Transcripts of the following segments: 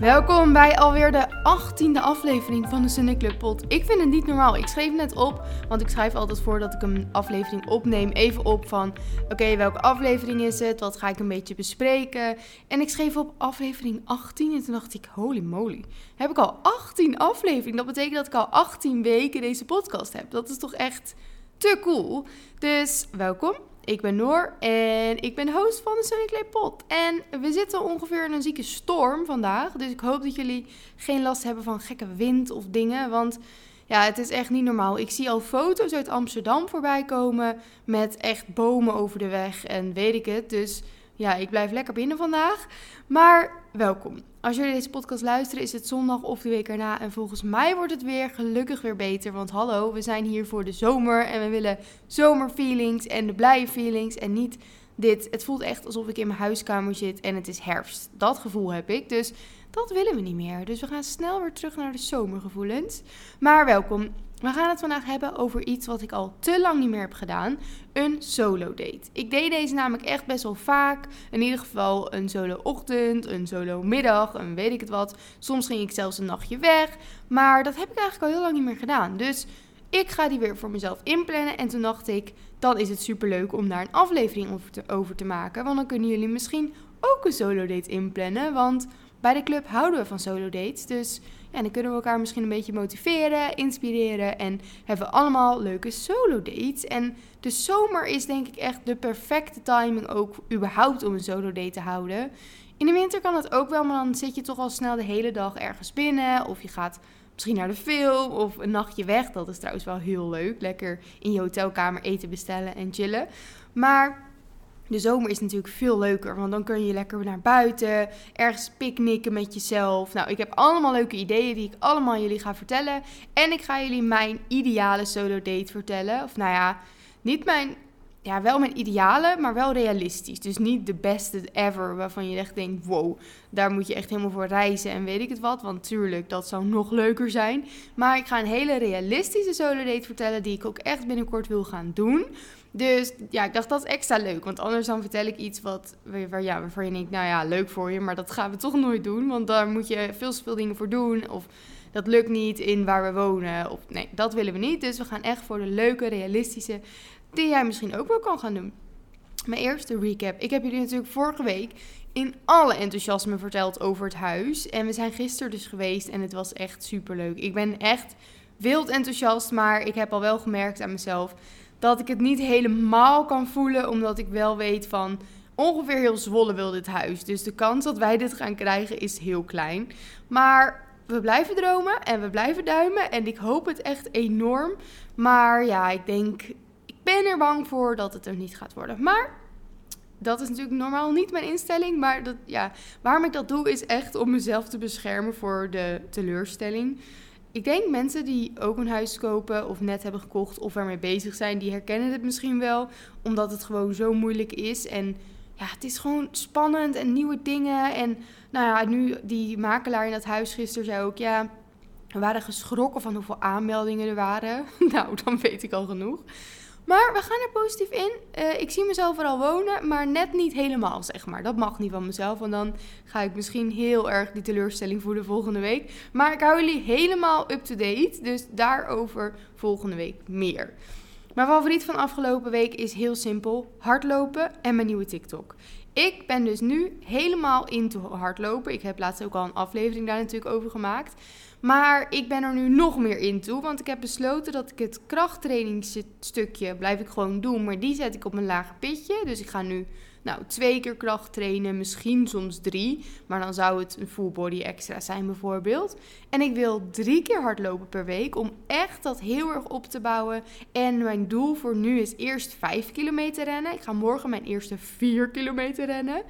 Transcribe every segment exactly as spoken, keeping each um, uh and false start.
Welkom bij alweer de achttiende aflevering van de Sunday Club Pod. Ik vind het niet normaal. Ik schreef net op, want ik schrijf altijd voordat ik een aflevering opneem even op van... Oké, okay, welke aflevering is het? Wat ga ik een beetje bespreken? En ik schreef op aflevering achttien en toen dacht ik, holy moly. Heb ik al achttien afleveringen? Dat betekent dat ik al achttien weken deze podcast heb. Dat is toch echt te cool. Dus welkom. Ik ben Noor en ik ben de host van de Sunday Club Pod. En we zitten ongeveer in een zieke storm vandaag. Dus ik hoop dat jullie geen last hebben van gekke wind of dingen. Want ja, het is echt niet normaal. Ik zie al foto's uit Amsterdam voorbij komen met echt bomen over de weg en weet ik het. Dus ja, ik blijf lekker binnen vandaag. Maar welkom. Als jullie deze podcast luisteren is het zondag of de week erna. En volgens mij wordt het weer gelukkig weer beter. Want hallo, we zijn hier voor de zomer. En we willen zomerfeelings en de blije feelings. En niet dit. Het voelt echt alsof ik in mijn huiskamer zit en het is herfst. Dat gevoel heb ik. Dus dat willen we niet meer. Dus we gaan snel weer terug naar de zomergevoelens. Maar welkom. We gaan het vandaag hebben over iets wat ik al te lang niet meer heb gedaan. Een solo date. Ik deed deze namelijk echt best wel vaak. In ieder geval een solo ochtend, een solo middag, een weet ik het wat. Soms ging ik zelfs een nachtje weg. Maar dat heb ik eigenlijk al heel lang niet meer gedaan. Dus ik ga die weer voor mezelf inplannen. En toen dacht ik, dan is het superleuk om daar een aflevering over te, over te maken. Want dan kunnen jullie misschien ook een solo date inplannen. Want bij de club houden we van solo dates. Dus ja, dan kunnen we elkaar misschien een beetje motiveren, inspireren. En hebben we allemaal leuke solo dates. En de zomer is denk ik echt de perfecte timing ook überhaupt om een solo date te houden. In de winter kan dat ook wel, maar dan zit je toch al snel de hele dag ergens binnen. Of je gaat misschien naar de film of een nachtje weg. Dat is trouwens wel heel leuk. Lekker in je hotelkamer eten bestellen en chillen. Maar de zomer is natuurlijk veel leuker, want dan kun je lekker naar buiten, ergens picknicken met jezelf. Nou, ik heb allemaal leuke ideeën die ik allemaal aan jullie ga vertellen. En ik ga jullie mijn ideale solo date vertellen. Of nou ja, niet mijn, ja wel mijn ideale, maar wel realistisch. Dus niet de beste ever, waarvan je echt denkt, wow, daar moet je echt helemaal voor reizen en weet ik het wat. Want tuurlijk, dat zou nog leuker zijn. Maar ik ga een hele realistische solo date vertellen die ik ook echt binnenkort wil gaan doen. Dus ja, ik dacht dat is extra leuk. Want anders dan vertel ik iets wat, waar, ja, waarvan je denkt, nou ja, leuk voor je. Maar dat gaan we toch nooit doen. Want daar moet je veel te veel dingen voor doen. Of dat lukt niet in waar we wonen. Of nee, dat willen we niet. Dus we gaan echt voor de leuke, realistische, die jij misschien ook wel kan gaan doen. Mijn eerste recap. Ik heb jullie natuurlijk vorige week in alle enthousiasme verteld over het huis. En we zijn gisteren dus geweest en het was echt superleuk. Ik ben echt wild enthousiast, maar ik heb al wel gemerkt aan mezelf dat ik het niet helemaal kan voelen, omdat ik wel weet van ongeveer heel Zwolle wil dit huis. Dus de kans dat wij dit gaan krijgen is heel klein. Maar we blijven dromen en we blijven duimen en ik hoop het echt enorm. Maar ja, ik denk, ik ben er bang voor dat het er niet gaat worden. Maar dat is natuurlijk normaal niet mijn instelling. Maar dat, ja, waarom ik dat doe is echt om mezelf te beschermen voor de teleurstelling. Ik denk mensen die ook een huis kopen of net hebben gekocht of ermee bezig zijn, die herkennen het misschien wel. Omdat het gewoon zo moeilijk is. En ja, het is gewoon spannend en nieuwe dingen. En nou ja, nu die makelaar in dat huis gisteren zei ook, ja, we waren geschrokken van hoeveel aanmeldingen er waren. Nou, dan weet ik al genoeg. Maar we gaan er positief in. Uh, ik zie mezelf er al wonen, maar net niet helemaal, zeg maar. Dat mag niet van mezelf, want dan ga ik misschien heel erg die teleurstelling voelen volgende week. Maar ik hou jullie helemaal up-to-date, dus daarover volgende week meer. Mijn favoriet van afgelopen week is heel simpel, hardlopen en mijn nieuwe TikTok. Ik ben dus nu helemaal into hardlopen. Ik heb laatst ook al een aflevering daar natuurlijk over gemaakt. Maar ik ben er nu nog meer into, want ik heb besloten dat ik het krachttrainingsstukje blijf ik gewoon doen. Maar die zet ik op een lager pitje. Dus ik ga nu nou, twee keer kracht trainen, misschien soms drie. Maar dan zou het een full body extra zijn bijvoorbeeld. En ik wil drie keer hardlopen per week om echt dat heel erg op te bouwen. En mijn doel voor nu is eerst vijf kilometer rennen. Ik ga morgen mijn eerste vier kilometer rennen.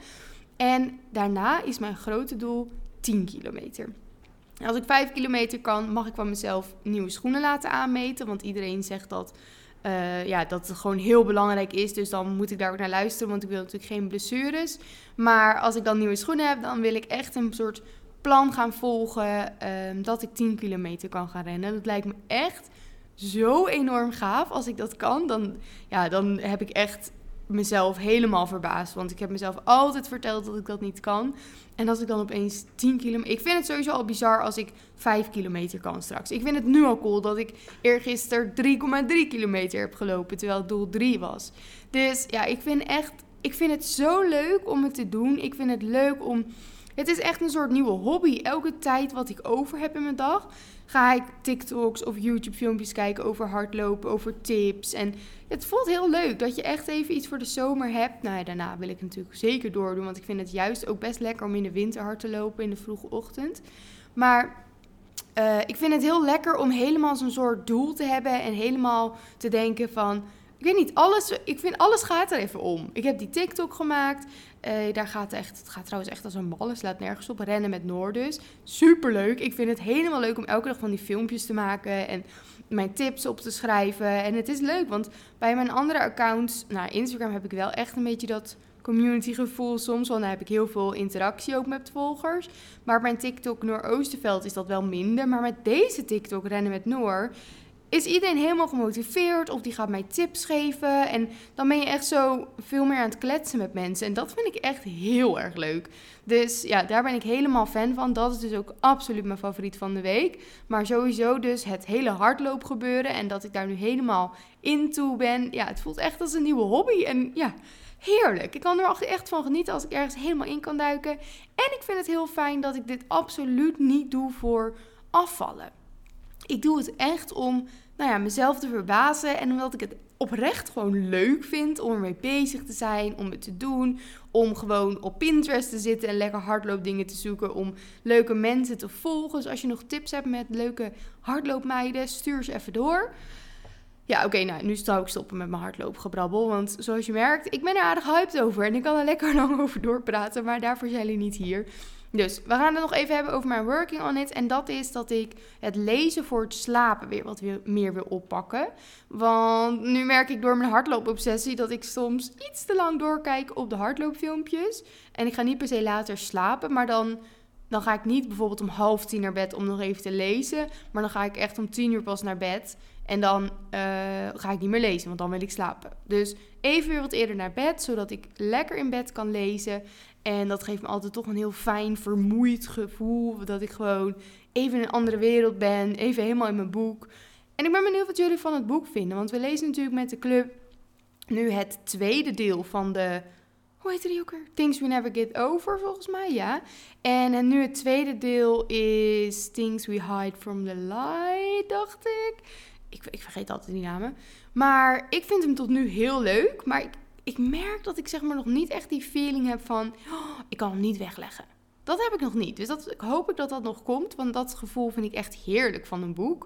En daarna is mijn grote doel tien kilometer. Als ik vijf kilometer kan, mag ik van mezelf nieuwe schoenen laten aanmeten. Want iedereen zegt dat, uh, ja, dat het gewoon heel belangrijk is. Dus dan moet ik daar ook naar luisteren, want ik wil natuurlijk geen blessures. Maar als ik dan nieuwe schoenen heb, dan wil ik echt een soort plan gaan volgen. Uh, dat ik tien kilometer kan gaan rennen. Dat lijkt me echt zo enorm gaaf als ik dat kan. Dan, ja, dan heb ik echt mezelf helemaal verbaasd. Want ik heb mezelf altijd verteld dat ik dat niet kan. En als ik dan opeens tien kilometer... Ik vind het sowieso al bizar als ik vijf kilometer kan straks. Ik vind het nu al cool dat ik eergisteren drie komma drie kilometer heb gelopen. Terwijl het doel drie was. Dus ja, ik vind echt... Ik vind het zo leuk om het te doen. Ik vind het leuk om... Het is echt een soort nieuwe hobby. Elke tijd wat ik over heb in mijn dag, ga ik TikToks of YouTube filmpjes kijken over hardlopen, over tips. En het voelt heel leuk dat je echt even iets voor de zomer hebt. Nou ja, daarna wil ik natuurlijk zeker doordoen, want ik vind het juist ook best lekker om in de winter hard te lopen in de vroege ochtend. Maar uh, ik vind het heel lekker om helemaal zo'n soort doel te hebben en helemaal te denken van... Ik weet niet, alles, ik vind alles gaat er even om. Ik heb die TikTok gemaakt. Uh, daar gaat echt, het gaat trouwens echt als een malle. Slaat nergens op. Rennen met Noor dus. Superleuk. Ik vind het helemaal leuk om elke dag van die filmpjes te maken. En mijn tips op te schrijven. En het is leuk, want bij mijn andere accounts... Nou, Instagram heb ik wel echt een beetje dat community gevoel soms. Want dan heb ik heel veel interactie ook met volgers. Maar op mijn TikTok Noor Oosterveld is dat wel minder. Maar met deze TikTok Rennen met Noor... is iedereen helemaal gemotiveerd of die gaat mij tips geven. En dan ben je echt zo veel meer aan het kletsen met mensen. En dat vind ik echt heel erg leuk. Dus ja, daar ben ik helemaal fan van. Dat is dus ook absoluut mijn favoriet van de week. Maar sowieso dus het hele hardloopgebeuren. En dat ik daar nu helemaal in toe ben. Ja, het voelt echt als een nieuwe hobby. En ja, heerlijk. Ik kan er echt van genieten als ik ergens helemaal in kan duiken. En ik vind het heel fijn dat ik dit absoluut niet doe voor afvallen. Ik doe het echt om nou ja, mezelf te verbazen en omdat ik het oprecht gewoon leuk vind om ermee bezig te zijn, om het te doen, om gewoon op Pinterest te zitten en lekker hardloopdingen te zoeken, om leuke mensen te volgen. Dus als je nog tips hebt met leuke hardloopmeiden, stuur ze even door. Ja, oké, okay, nou, nu zou ik stoppen met mijn hardloopgebrabbel, want zoals je merkt, ik ben er aardig hyped over en ik kan er lekker lang over doorpraten, maar daarvoor zijn jullie niet hier. Dus we gaan het nog even hebben over mijn working on it. En dat is dat ik het lezen voor het slapen weer wat meer wil oppakken. Want nu merk ik door mijn hardloopobsessie dat ik soms iets te lang doorkijk op de hardloopfilmpjes. En ik ga niet per se later slapen, maar dan, dan ga ik niet bijvoorbeeld om half tien naar bed om nog even te lezen. Maar dan ga ik echt om tien uur pas naar bed. En dan uh, ga ik niet meer lezen, want dan wil ik slapen. Dus even weer wat eerder naar bed, zodat ik lekker in bed kan lezen. En dat geeft me altijd toch een heel fijn, vermoeid gevoel. Dat ik gewoon even in een andere wereld ben. Even helemaal in mijn boek. En ik ben benieuwd wat jullie van het boek vinden. Want we lezen natuurlijk met de club nu het tweede deel van de... Hoe heet die ook weer? Things We Never Get Over, volgens mij, ja. En, en nu het tweede deel is Things We Hide From The Light, dacht ik. Ik, ik vergeet altijd die namen. Maar ik vind hem tot nu heel leuk. Maar ik, ik merk dat ik zeg maar nog niet echt die feeling heb van... Oh, ik kan hem niet wegleggen. Dat heb ik nog niet. Dus dat, ik hoop ik dat dat nog komt. Want dat gevoel vind ik echt heerlijk van een boek.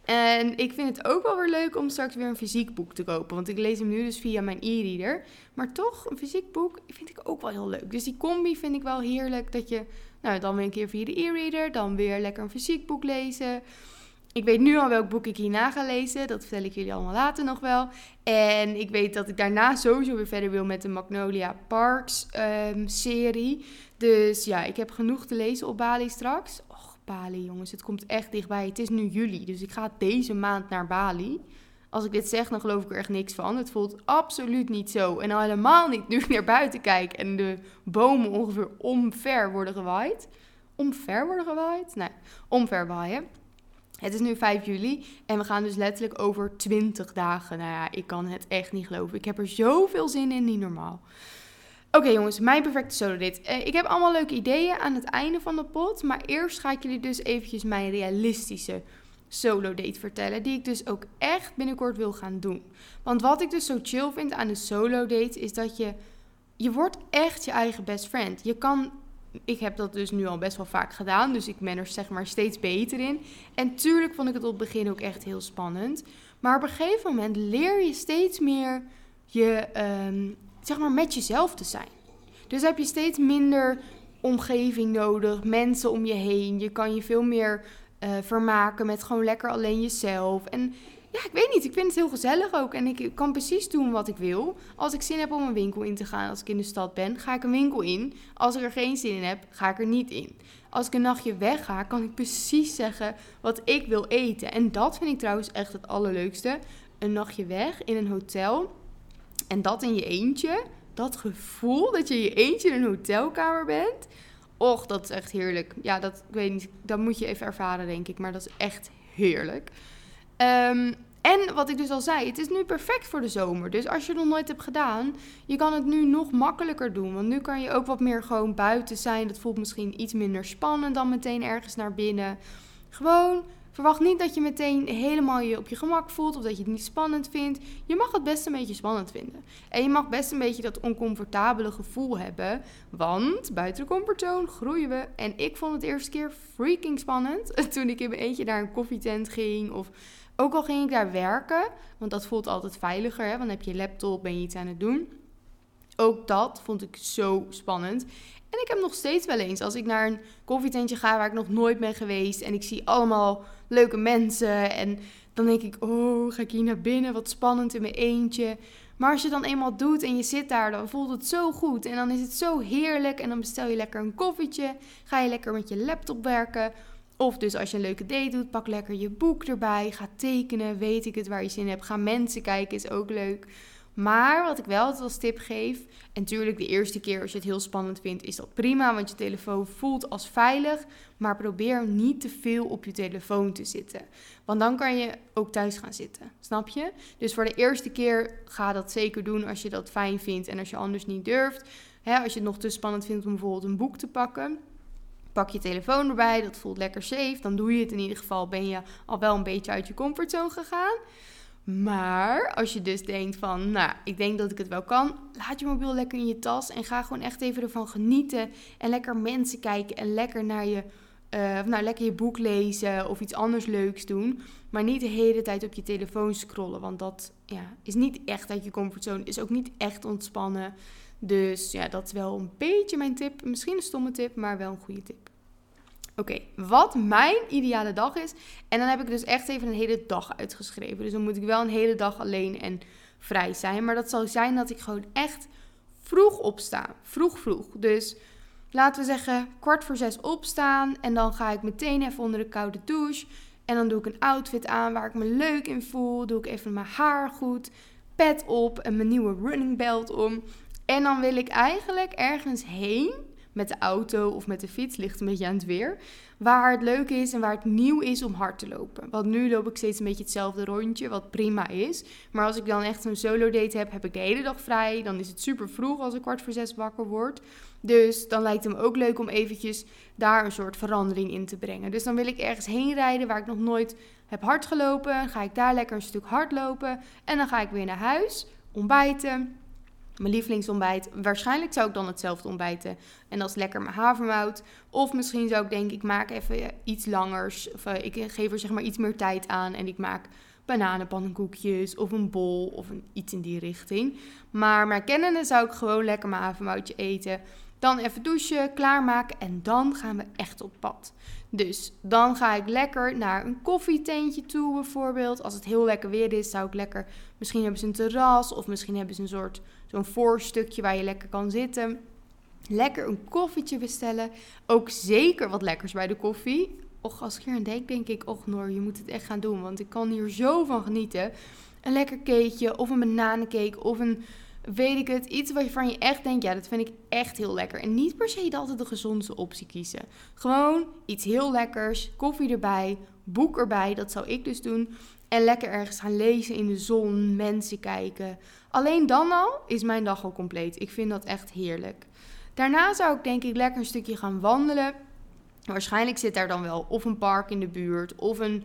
En ik vind het ook wel weer leuk om straks weer een fysiek boek te kopen. Want ik lees hem nu dus via mijn e-reader. Maar toch, een fysiek boek vind ik ook wel heel leuk. Dus die combi vind ik wel heerlijk. Dat je nou, dan weer een keer via de e-reader. Dan weer lekker een fysiek boek lezen. Ik weet nu al welk boek ik hierna ga lezen. Dat vertel ik jullie allemaal later nog wel. En ik weet dat ik daarna sowieso weer verder wil met de Magnolia Parks um, serie. Dus ja, ik heb genoeg te lezen op Bali straks. Och, Bali jongens, het komt echt dichtbij. Het is nu juli, dus ik ga deze maand naar Bali. Als ik dit zeg, dan geloof ik er echt niks van. Het voelt absoluut niet zo. En al helemaal niet nu ik naar buiten kijk en de bomen ongeveer omver worden gewaaid. Omver worden gewaaid? Nee, omver waaien. Het is nu vijf juli en we gaan dus letterlijk over twintig dagen. Nou ja, ik kan het echt niet geloven. Ik heb er zoveel zin in, niet normaal. Oké okay, jongens, mijn perfecte solo date. Uh, ik heb allemaal leuke ideeën aan het einde van de pot. Maar eerst ga ik jullie dus eventjes mijn realistische solo date vertellen. Die ik dus ook echt binnenkort wil gaan doen. Want wat ik dus zo chill vind aan de solo date is dat je... Je wordt echt je eigen best friend. Je kan... Ik heb dat dus nu al best wel vaak gedaan. Dus ik ben er zeg maar steeds beter in. En tuurlijk vond ik het op het begin ook echt heel spannend. Maar op een gegeven moment leer je steeds meer je, um, zeg maar met jezelf te zijn. Dus heb je steeds minder omgeving nodig. Mensen om je heen. Je kan je veel meer uh, vermaken met gewoon lekker alleen jezelf. En ja, ik weet niet. Ik vind het heel gezellig ook. En ik kan precies doen wat ik wil. Als ik zin heb om een winkel in te gaan, als ik in de stad ben, ga ik een winkel in. Als ik er geen zin in heb, ga ik er niet in. Als ik een nachtje wegga, kan ik precies zeggen wat ik wil eten. En dat vind ik trouwens echt het allerleukste. Een nachtje weg in een hotel. En dat in je eentje, dat gevoel dat je in je eentje in een hotelkamer bent. Och, dat is echt heerlijk. Ja, dat, ik weet niet, dat moet je even ervaren, denk ik. Maar dat is echt heerlijk. Um, en wat ik dus al zei, het is nu perfect voor de zomer. Dus als je het nog nooit hebt gedaan, je kan het nu nog makkelijker doen. Want nu kan je ook wat meer gewoon buiten zijn. Dat voelt misschien iets minder spannend dan meteen ergens naar binnen. Gewoon, verwacht niet dat je meteen helemaal je op je gemak voelt of dat je het niet spannend vindt. Je mag het best een beetje spannend vinden. En je mag best een beetje dat oncomfortabele gevoel hebben. Want buiten de comfortzone groeien we. En ik vond het de eerste keer freaking spannend toen ik in mijn eentje naar een koffietent ging. Of ook al ging ik daar werken, want dat voelt altijd veiliger. Hè? Want dan heb je je laptop, ben je iets aan het doen. Ook dat vond ik zo spannend. En ik heb nog steeds wel eens, als ik naar een koffietentje ga waar ik nog nooit ben geweest en ik zie allemaal leuke mensen en dan denk ik, oh, ga ik hier naar binnen? Wat spannend in mijn eentje. Maar als je dan eenmaal doet en je zit daar, dan voelt het zo goed en dan is het zo heerlijk en dan bestel je lekker een koffietje, ga je lekker met je laptop werken. Of dus als je een leuke date doet, pak lekker je boek erbij, ga tekenen, weet ik het waar je zin in hebt, ga mensen kijken, is ook leuk. Maar wat ik wel altijd als tip geef, en natuurlijk de eerste keer als je het heel spannend vindt, is dat prima, want je telefoon voelt als veilig. Maar probeer niet te veel op je telefoon te zitten. Want dan kan je ook thuis gaan zitten, snap je? Dus voor de eerste keer ga dat zeker doen als je dat fijn vindt en als je anders niet durft. Hè, als je het nog te spannend vindt om bijvoorbeeld een boek te pakken, pak je telefoon erbij, dat voelt lekker safe. Dan doe je het in ieder geval, ben je al wel een beetje uit je comfortzone gegaan. Maar als je dus denkt van, nou, ik denk dat ik het wel kan, laat je mobiel lekker in je tas en ga gewoon echt even ervan genieten. En lekker mensen kijken en lekker naar je, uh, nou, lekker je boek lezen of iets anders leuks doen. Maar niet de hele tijd op je telefoon scrollen, want dat ja, is niet echt uit je comfortzone, is ook niet echt ontspannen. Dus ja, dat is wel een beetje mijn tip. Misschien een stomme tip, maar wel een goede tip. Oké, okay, wat mijn ideale dag is. En dan heb ik dus echt even een hele dag uitgeschreven. Dus dan moet ik wel een hele dag alleen en vrij zijn. Maar dat zal zijn dat ik gewoon echt vroeg opsta. Vroeg, vroeg. Dus laten we zeggen kwart voor zes opstaan. En dan ga ik meteen even onder de koude douche. En dan doe ik een outfit aan waar ik me leuk in voel. Doe ik even mijn haar goed. Pet op en mijn nieuwe running belt om. En dan wil ik eigenlijk ergens heen met de auto of met de fiets, ligt een beetje aan het weer, waar het leuk is en waar het nieuw is om hard te lopen. Want nu loop ik steeds een beetje hetzelfde rondje, wat prima is. Maar als ik dan echt een solo date heb, heb ik de hele dag vrij. Dan is het super vroeg als ik kwart voor zes wakker word. Dus dan lijkt het me ook leuk om eventjes daar een soort verandering in te brengen. Dus dan wil ik ergens heen rijden waar ik nog nooit heb hard gelopen. Ga ik daar lekker een stuk hard lopen. En dan ga ik weer naar huis, ontbijten. Mijn lievelingsontbijt. Waarschijnlijk zou ik dan hetzelfde ontbijten. En dat is lekker mijn havermout. Of misschien zou ik denken, ik maak even iets langers. Of uh, ik geef er zeg maar iets meer tijd aan. En ik maak bananenpannenkoekjes of een bol of een, iets in die richting. Maar mijn kennende zou ik gewoon lekker mijn havermoutje eten. Dan even douchen, klaarmaken en dan gaan we echt op pad. Dus dan ga ik lekker naar een koffietentje toe bijvoorbeeld. Als het heel lekker weer is, zou ik lekker... Misschien hebben ze een terras of misschien hebben ze een soort zo'n voorstukje waar je lekker kan zitten. Lekker een koffietje bestellen. Ook zeker wat lekkers bij de koffie. Och, als ik hier aan denk, denk ik, och Noor, je moet het echt gaan doen. Want ik kan hier zo van genieten. Een lekker cakeje of een bananencake of een... weet ik het, iets waarvan je echt denkt, ja, dat vind ik echt heel lekker. En niet per se altijd de gezondste optie kiezen. Gewoon iets heel lekkers, koffie erbij, boek erbij, dat zou ik dus doen. En lekker ergens gaan lezen in de zon, mensen kijken. Alleen dan al is mijn dag al compleet. Ik vind dat echt heerlijk. Daarna zou ik denk ik lekker een stukje gaan wandelen. Waarschijnlijk zit daar dan wel of een park in de buurt of een...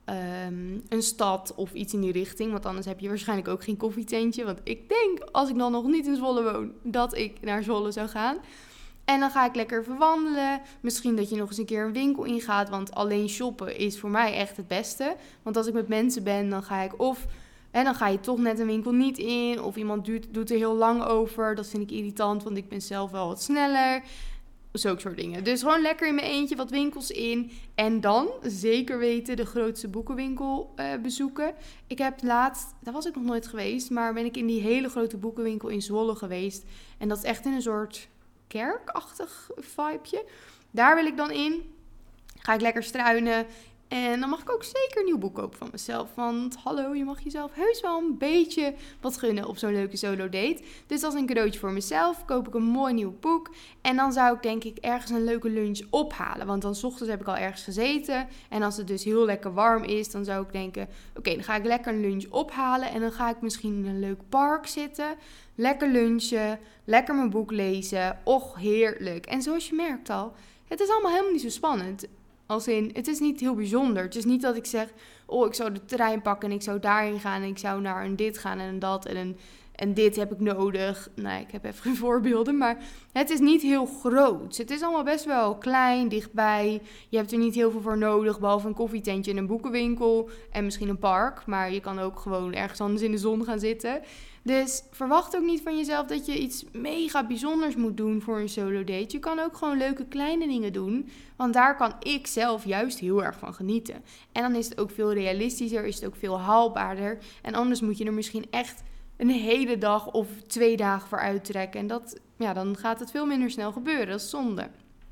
Um, een stad of iets in die richting. Want anders heb je waarschijnlijk ook geen koffietentje. Want ik denk, als ik dan nog niet in Zwolle woon, dat ik naar Zwolle zou gaan. En dan ga ik lekker even wandelen. Misschien dat je nog eens een keer een winkel ingaat. Want alleen shoppen is voor mij echt het beste. Want als ik met mensen ben, dan ga ik of... En dan ga je toch net een winkel niet in. Of iemand doet, doet er heel lang over. Dat vind ik irritant, want ik ben zelf wel wat sneller. Zulke soort dingen. Dus gewoon lekker in mijn eentje wat winkels in. En dan zeker weten de grootste boekenwinkel uh, bezoeken. Ik heb laatst, daar was ik nog nooit geweest, maar ben ik in die hele grote boekenwinkel in Zwolle geweest. En dat is echt in een soort kerkachtig vibeje. Daar wil ik dan in. Ga ik lekker struinen. En dan mag ik ook zeker een nieuw boek kopen van mezelf. Want hallo, je mag jezelf heus wel een beetje wat gunnen op zo'n leuke solo date. Dus als een cadeautje voor mezelf koop ik een mooi nieuw boek. En dan zou ik denk ik ergens een leuke lunch ophalen. Want dan 's ochtends heb ik al ergens gezeten. En als het dus heel lekker warm is, dan zou ik denken... Oké, okay, dan ga ik lekker een lunch ophalen. En dan ga ik misschien in een leuk park zitten. Lekker lunchen. Lekker mijn boek lezen. Och, heerlijk. En zoals je merkt al, het is allemaal helemaal niet zo spannend. Als in, het is niet heel bijzonder. Het is niet dat ik zeg, oh, ik zou de trein pakken en ik zou daarheen gaan en ik zou naar een dit gaan en een dat en, een, en dit heb ik nodig. Nee, ik heb even geen voorbeelden, maar het is niet heel groot. Het is allemaal best wel klein, dichtbij. Je hebt er niet heel veel voor nodig, behalve een koffietentje en een boekenwinkel en misschien een park. Maar je kan ook gewoon ergens anders in de zon gaan zitten. Dus verwacht ook niet van jezelf dat je iets mega bijzonders moet doen voor een solo date. Je kan ook gewoon leuke kleine dingen doen. Want daar kan ik zelf juist heel erg van genieten. En dan is het ook veel realistischer, is het ook veel haalbaarder. En anders moet je er misschien echt een hele dag of twee dagen voor uittrekken. En dat, ja, dan gaat het veel minder snel gebeuren. Dat is zonde.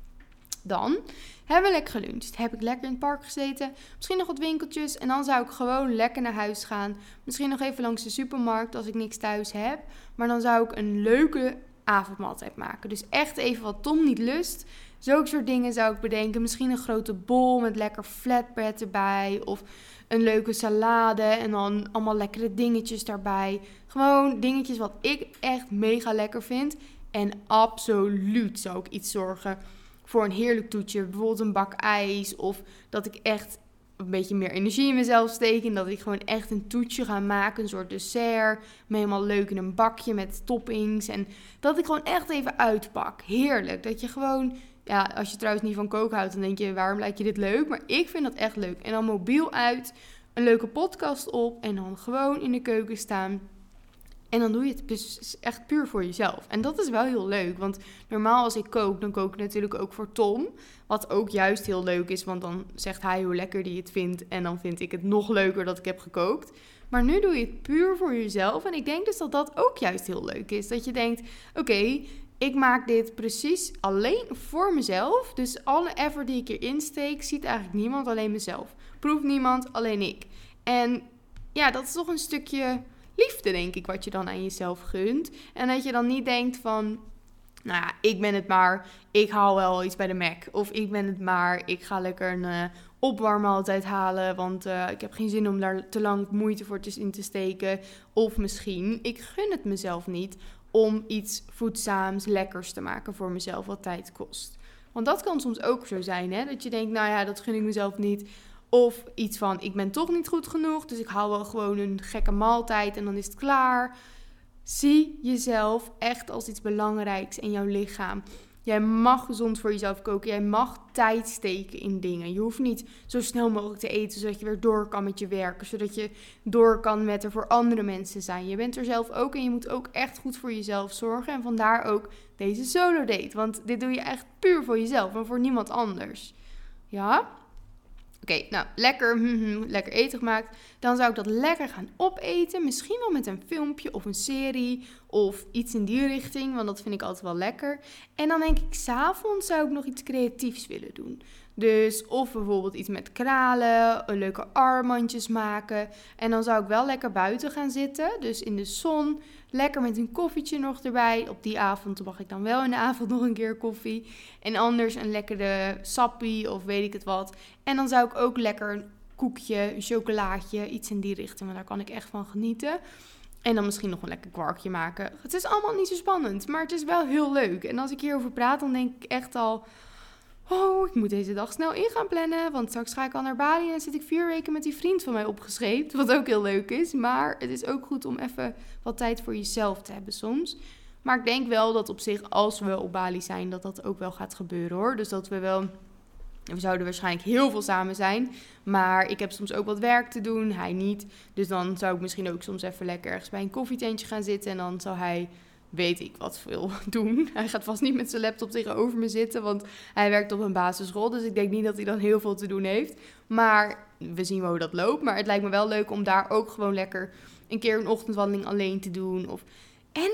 Dan hebben we lekker geluncht. Heb ik lekker in het park gezeten. Misschien nog wat winkeltjes. En dan zou ik gewoon lekker naar huis gaan. Misschien nog even langs de supermarkt als ik niks thuis heb. Maar dan zou ik een leuke avondmaaltijd maken. Dus echt even wat Tom niet lust. Zulke soort dingen zou ik bedenken. Misschien een grote bol met lekker flatbread erbij. Of een leuke salade. En dan allemaal lekkere dingetjes daarbij. Gewoon dingetjes wat ik echt mega lekker vind. En absoluut zou ik iets zorgen voor een heerlijk toetje. Bijvoorbeeld een bak ijs. Of dat ik echt een beetje meer energie in mezelf steek. En dat ik gewoon echt een toetje ga maken. Een soort dessert. Me helemaal leuk in een bakje met toppings. En dat ik gewoon echt even uitpak. Heerlijk. Dat je gewoon... Ja, als je trouwens niet van koken houdt, dan denk je, waarom lijkt je dit leuk? Maar ik vind dat echt leuk. En dan mobiel uit, een leuke podcast op en dan gewoon in de keuken staan. En dan doe je het dus echt puur voor jezelf. En dat is wel heel leuk, want normaal als ik kook, dan kook ik natuurlijk ook voor Tom. Wat ook juist heel leuk is, want dan zegt hij hoe lekker hij het vindt. En dan vind ik het nog leuker dat ik heb gekookt. Maar nu doe je het puur voor jezelf. En ik denk dus dat dat ook juist heel leuk is. Dat je denkt, oké... Okay, ik maak dit precies alleen voor mezelf. Dus alle effort die ik erin steek, ziet eigenlijk niemand, alleen mezelf. Proeft niemand, alleen ik. En ja, dat is toch een stukje liefde, denk ik, wat je dan aan jezelf gunt. En dat je dan niet denkt van, nou ja, ik ben het maar, ik haal wel iets bij de Mac. Of ik ben het maar, ik ga lekker een uh, opwarmmaaltijd halen, want uh, ik heb geen zin om daar te lang moeite voor te, in te steken. Of misschien, ik gun het mezelf niet om iets voedzaams, lekkers te maken voor mezelf, wat tijd kost. Want dat kan soms ook zo zijn, hè? Dat je denkt, nou ja, dat gun ik mezelf niet. Of iets van, ik ben toch niet goed genoeg, dus ik haal wel gewoon een gekke maaltijd en dan is het klaar. Zie jezelf echt als iets belangrijks in jouw lichaam. Jij mag gezond voor jezelf koken. Jij mag tijd steken in dingen. Je hoeft niet zo snel mogelijk te eten, zodat je weer door kan met je werken. Zodat je door kan met er voor andere mensen zijn. Je bent er zelf ook en je moet ook echt goed voor jezelf zorgen. En vandaar ook deze solo date. Want dit doe je echt puur voor jezelf en voor niemand anders. Ja? Oké, okay, nou, lekker, mm-hmm, lekker eten gemaakt. Dan zou ik dat lekker gaan opeten. Misschien wel met een filmpje of een serie of iets in die richting. Want dat vind ik altijd wel lekker. En dan denk ik, 's avonds zou ik nog iets creatiefs willen doen. Dus of bijvoorbeeld iets met kralen, een leuke armbandjes maken. En dan zou ik wel lekker buiten gaan zitten. Dus in de zon, lekker met een koffietje nog erbij. Op die avond mag ik dan wel in de avond nog een keer koffie. En anders een lekkere sappie of weet ik het wat. En dan zou ik ook lekker een koekje, een chocolaatje, iets in die richting. Want daar kan ik echt van genieten. En dan misschien nog een lekker kwarkje maken. Het is allemaal niet zo spannend, maar het is wel heel leuk. En als ik hierover praat, dan denk ik echt al, oh, ik moet deze dag snel in gaan plannen. Want straks ga ik al naar Bali en dan zit ik vier weken met die vriend van mij opgescheept. Wat ook heel leuk is. Maar het is ook goed om even wat tijd voor jezelf te hebben soms. Maar ik denk wel dat op zich, als we op Bali zijn, dat dat ook wel gaat gebeuren hoor. Dus dat we wel... We zouden waarschijnlijk heel veel samen zijn. Maar ik heb soms ook wat werk te doen. Hij niet. Dus dan zou ik misschien ook soms even lekker ergens bij een koffietentje gaan zitten. En dan zou hij, weet ik wat veel, doen. Hij gaat vast niet met zijn laptop tegenover me zitten. Want hij werkt op een basisschool. Dus ik denk niet dat hij dan heel veel te doen heeft. Maar we zien wel hoe dat loopt. Maar het lijkt me wel leuk om daar ook gewoon lekker een keer een ochtendwandeling alleen te doen. Of... En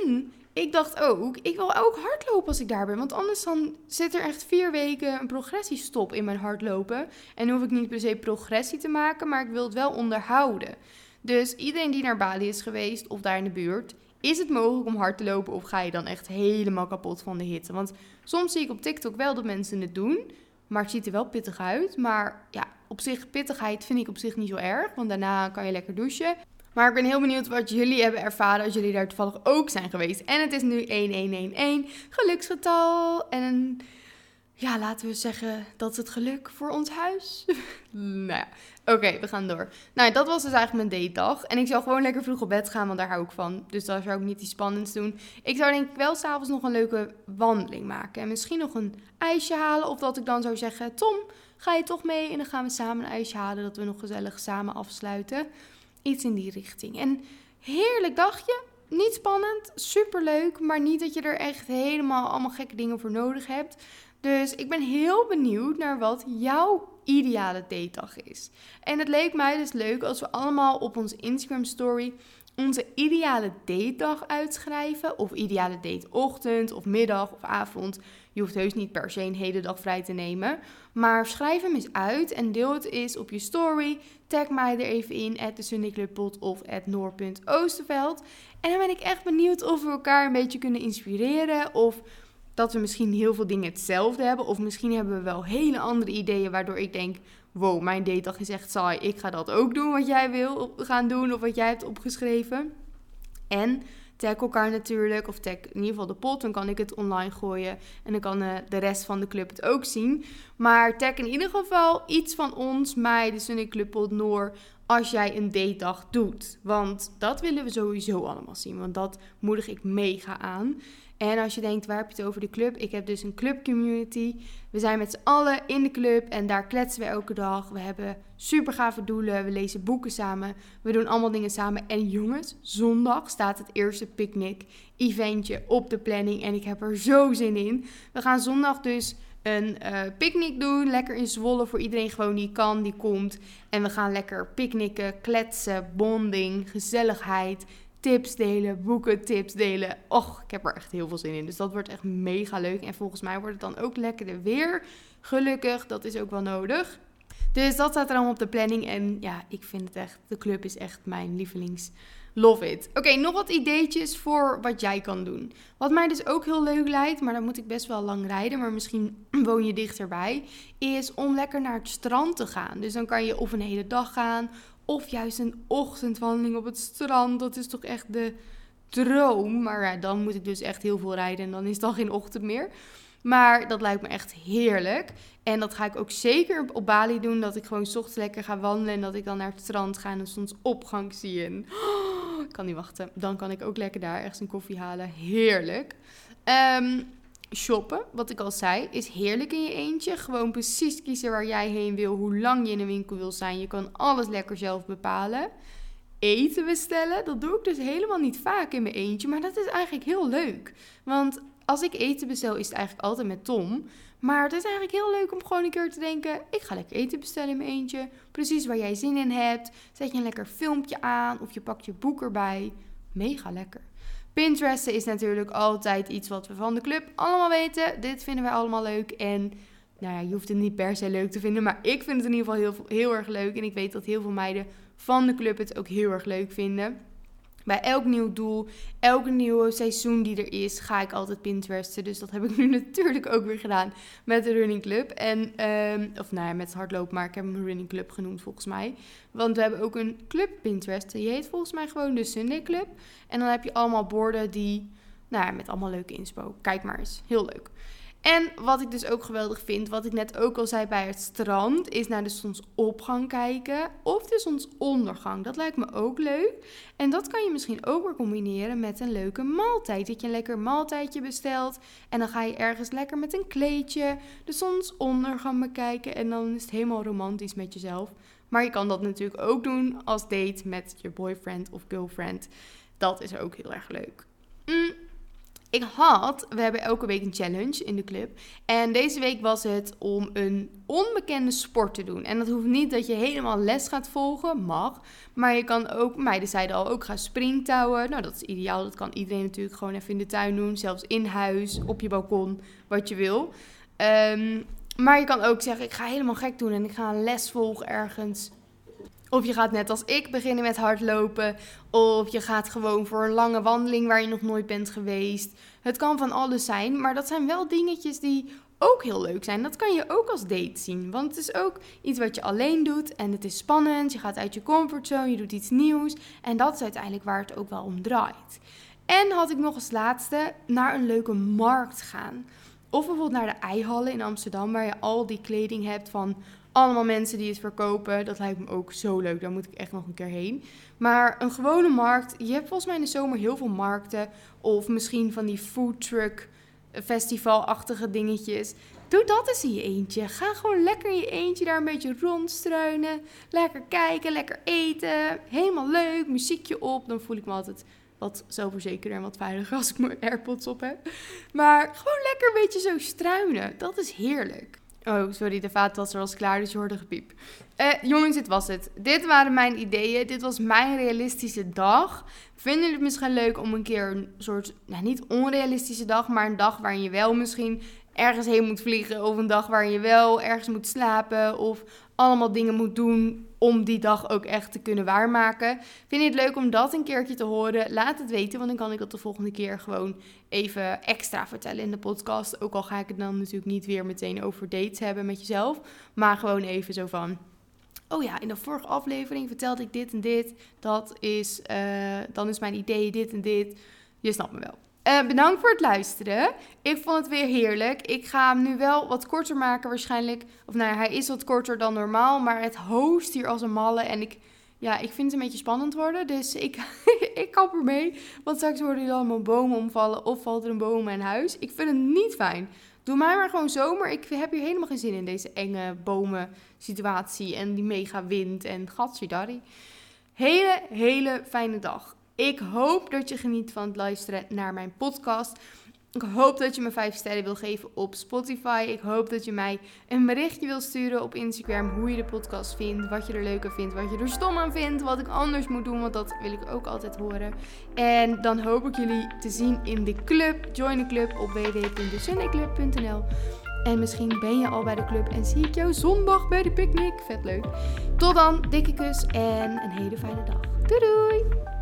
ik dacht ook, ik wil ook hardlopen als ik daar ben. Want anders dan zit er echt vier weken een progressiestop in mijn hardlopen. En dan hoef ik niet per se progressie te maken, maar ik wil het wel onderhouden. Dus iedereen die naar Bali is geweest of daar in de buurt, is het mogelijk om hard te lopen of ga je dan echt helemaal kapot van de hitte? Want soms zie ik op TikTok wel dat mensen het doen, maar het ziet er wel pittig uit. Maar ja, op zich, pittigheid vind ik op zich niet zo erg, want daarna kan je lekker douchen. Maar ik ben heel benieuwd wat jullie hebben ervaren als jullie daar toevallig ook zijn geweest. En het is nu één één één één, geluksgetal. En ja, laten we zeggen, dat is het geluk voor ons huis. Nou ja, oké, okay, we gaan door. Nou, dat was dus eigenlijk mijn datedag. En ik zou gewoon lekker vroeg op bed gaan, want daar hou ik van. Dus daar zou ik niet iets spannends doen. Ik zou denk ik wel s'avonds nog een leuke wandeling maken. En misschien nog een ijsje halen. Of dat ik dan zou zeggen, Tom, ga je toch mee? En dan gaan we samen een ijsje halen, dat we nog gezellig samen afsluiten. Iets in die richting. En heerlijk dagje. Niet spannend, superleuk, maar niet dat je er echt helemaal allemaal gekke dingen voor nodig hebt. Dus ik ben heel benieuwd naar wat jouw ideale datedag is. En het leek mij dus leuk als we allemaal op onze Instagram story onze ideale datedag uitschrijven. Of ideale dateochtend of middag of avond. Je hoeft heus niet per se een hele dag vrij te nemen. Maar schrijf hem eens uit en deel het eens op je story. Tag mij er even in, at de Sunday Club Pod of at noor punt oosterveld. En dan ben ik echt benieuwd of we elkaar een beetje kunnen inspireren. Of dat we misschien heel veel dingen hetzelfde hebben. Of misschien hebben we wel hele andere ideeën waardoor ik denk, wow, mijn datedag is echt saai. Ik ga dat ook doen wat jij wil gaan doen of wat jij hebt opgeschreven. En tag elkaar natuurlijk, of tag in ieder geval de pod, dan kan ik het online gooien. En dan kan uh, de rest van de club het ook zien. Maar tag in ieder geval iets van ons, mij, de Sunday Club Pod Noor, als jij een datedag doet. Want dat willen we sowieso allemaal zien, want dat moedig ik mega aan. En als je denkt, waar heb je het over de club? Ik heb dus een clubcommunity. We zijn met z'n allen in de club en daar kletsen we elke dag. We hebben super gave doelen. We lezen boeken samen. We doen allemaal dingen samen. En jongens, zondag staat het eerste picknick-eventje op de planning. En ik heb er zo zin in. We gaan zondag dus een uh, picknick doen. Lekker in Zwolle voor iedereen gewoon die kan, die komt. En we gaan lekker picknicken, kletsen, bonding, gezelligheid, tips delen, boeken, tips delen. Och, ik heb er echt heel veel zin in. Dus dat wordt echt mega leuk. En volgens mij wordt het dan ook lekkerder weer. Gelukkig, dat is ook wel nodig. Dus dat staat er allemaal op de planning. En ja, ik vind het echt, de club is echt mijn lievelings. Love it. Oké, okay, nog wat ideetjes voor wat jij kan doen. Wat mij dus ook heel leuk lijkt, maar dan moet ik best wel lang rijden, maar misschien woon je dichterbij, is om lekker naar het strand te gaan. Dus dan kan je of een hele dag gaan, of juist een ochtendwandeling op het strand. Dat is toch echt de droom. Maar ja, dan moet ik dus echt heel veel rijden en dan is het dan geen ochtend meer. Maar dat lijkt me echt heerlijk. En dat ga ik ook zeker op Bali doen. Dat ik gewoon 's ochtends lekker ga wandelen. En dat ik dan naar het strand ga en zonsopgang zie. En oh, ik kan niet wachten. Dan kan ik ook lekker daar ergens een koffie halen. Heerlijk. Um, shoppen, wat ik al zei, is heerlijk in je eentje. Gewoon precies kiezen waar jij heen wil. Hoe lang je in een winkel wil zijn. Je kan alles lekker zelf bepalen. Eten bestellen, dat doe ik dus helemaal niet vaak in mijn eentje. Maar dat is eigenlijk heel leuk. Want als ik eten bestel, is het eigenlijk altijd met Tom. Maar het is eigenlijk heel leuk om gewoon een keer te denken, ik ga lekker eten bestellen in mijn eentje. Precies waar jij zin in hebt. Zet je een lekker filmpje aan of je pakt je boek erbij. Mega lekker. Pinteresten is natuurlijk altijd iets wat we van de club allemaal weten. Dit vinden wij allemaal leuk. En nou ja, je hoeft het niet per se leuk te vinden. Maar ik vind het in ieder geval heel, heel erg leuk. En ik weet dat heel veel meiden van de club het ook heel erg leuk vinden. Bij elk nieuw doel, elk nieuwe seizoen die er is, ga ik altijd Pinteresten. Dus dat heb ik nu natuurlijk ook weer gedaan met de running club. En, um, of nou ja, met het hardlopen, maar ik heb hem een running club genoemd volgens mij. Want we hebben ook een club Pinterest. Die heet volgens mij gewoon de Sunday Club. En dan heb je allemaal borden die, nou ja, met allemaal leuke inspo. Kijk maar eens, heel leuk. En wat ik dus ook geweldig vind, wat ik net ook al zei bij het strand, is naar de zonsopgang kijken of de zonsondergang. Dat lijkt me ook leuk. En dat kan je misschien ook weer combineren met een leuke maaltijd. Dat je een lekker maaltijdje bestelt en dan ga je ergens lekker met een kleedje de zonsondergang bekijken. En dan is het helemaal romantisch met jezelf. Maar je kan dat natuurlijk ook doen als date met je boyfriend of girlfriend. Dat is ook heel erg leuk. Mm. Ik had, we hebben elke week een challenge in de club. En deze week was het om een onbekende sport te doen. En dat hoeft niet dat je helemaal les gaat volgen, mag. Maar je kan ook, meiden zeiden al, ook gaan springtouwen. Nou, dat is ideaal. Dat kan iedereen natuurlijk gewoon even in de tuin doen. Zelfs in huis, op je balkon, wat je wil. Um, maar je kan ook zeggen, ik ga helemaal gek doen en ik ga een les volgen ergens. Of je gaat net als ik beginnen met hardlopen. Of je gaat gewoon voor een lange wandeling waar je nog nooit bent geweest. Het kan van alles zijn, maar dat zijn wel dingetjes die ook heel leuk zijn. Dat kan je ook als date zien. Want het is ook iets wat je alleen doet en het is spannend. Je gaat uit je comfortzone, je doet iets nieuws. En dat is uiteindelijk waar het ook wel om draait. En had ik nog als laatste naar een leuke markt gaan. Of bijvoorbeeld naar de Eihallen in Amsterdam, waar je al die kleding hebt van allemaal mensen die het verkopen. Dat lijkt me ook zo leuk. Daar moet ik echt nog een keer heen. Maar een gewone markt. Je hebt volgens mij in de zomer heel veel markten. Of misschien van die foodtruck festivalachtige dingetjes. Doe dat eens in je eentje. Ga gewoon lekker in je eentje daar een beetje rondstruinen. Lekker kijken, lekker eten. Helemaal leuk. Muziekje op. Dan voel ik me altijd wat zelfverzekerder en wat veiliger als ik mijn AirPods op heb. Maar gewoon lekker een beetje zo struinen. Dat is heerlijk. Oh, sorry, de vaatwasser was klaar, dus je hoorde gepiep. Uh, jongens, dit was het. Dit waren mijn ideeën. Dit was mijn realistische dag. Vinden jullie het misschien leuk om een keer een soort, nou niet onrealistische dag, maar een dag waarin je wel misschien ergens heen moet vliegen. Of een dag waarin je wel ergens moet slapen. Of allemaal dingen moet doen om die dag ook echt te kunnen waarmaken. Vind je het leuk om dat een keertje te horen? Laat het weten, want dan kan ik dat de volgende keer gewoon even extra vertellen in de podcast. Ook al ga ik het dan natuurlijk niet weer meteen over dates hebben met jezelf. Maar gewoon even zo van, oh ja, in de vorige aflevering vertelde ik dit en dit. Dat is, uh, dan is mijn idee dit en dit. Je snapt me wel. Uh, bedankt voor het luisteren. Ik vond het weer heerlijk. Ik ga hem nu wel wat korter maken waarschijnlijk. Of nou ja, hij is wat korter dan normaal. Maar het host hier als een malle. En ik, ja, ik vind het een beetje spannend worden. Dus ik, ik kap ermee. Want straks worden jullie allemaal bomen omvallen. Of valt er een boom in mijn huis. Ik vind het niet fijn. Doe mij maar gewoon zomer. Ik heb hier helemaal geen zin in deze enge bomen situatie. En die mega wind. En gatsidari. Hele, hele fijne dag. Ik hoop dat je geniet van het luisteren naar mijn podcast. Ik hoop dat je me vijf sterren wil geven op Spotify. Ik hoop dat je mij een berichtje wil sturen op Instagram. Hoe je de podcast vindt. Wat je er leuk aan vindt. Wat je er stom aan vindt. Wat ik anders moet doen. Want dat wil ik ook altijd horen. En dan hoop ik jullie te zien in de club. Join de club op w w w punt de sundayclub punt n l. En misschien ben je al bij de club en zie ik jou zondag bij de picknick. Vet leuk. Tot dan, dikke kus en een hele fijne dag. Doei doei!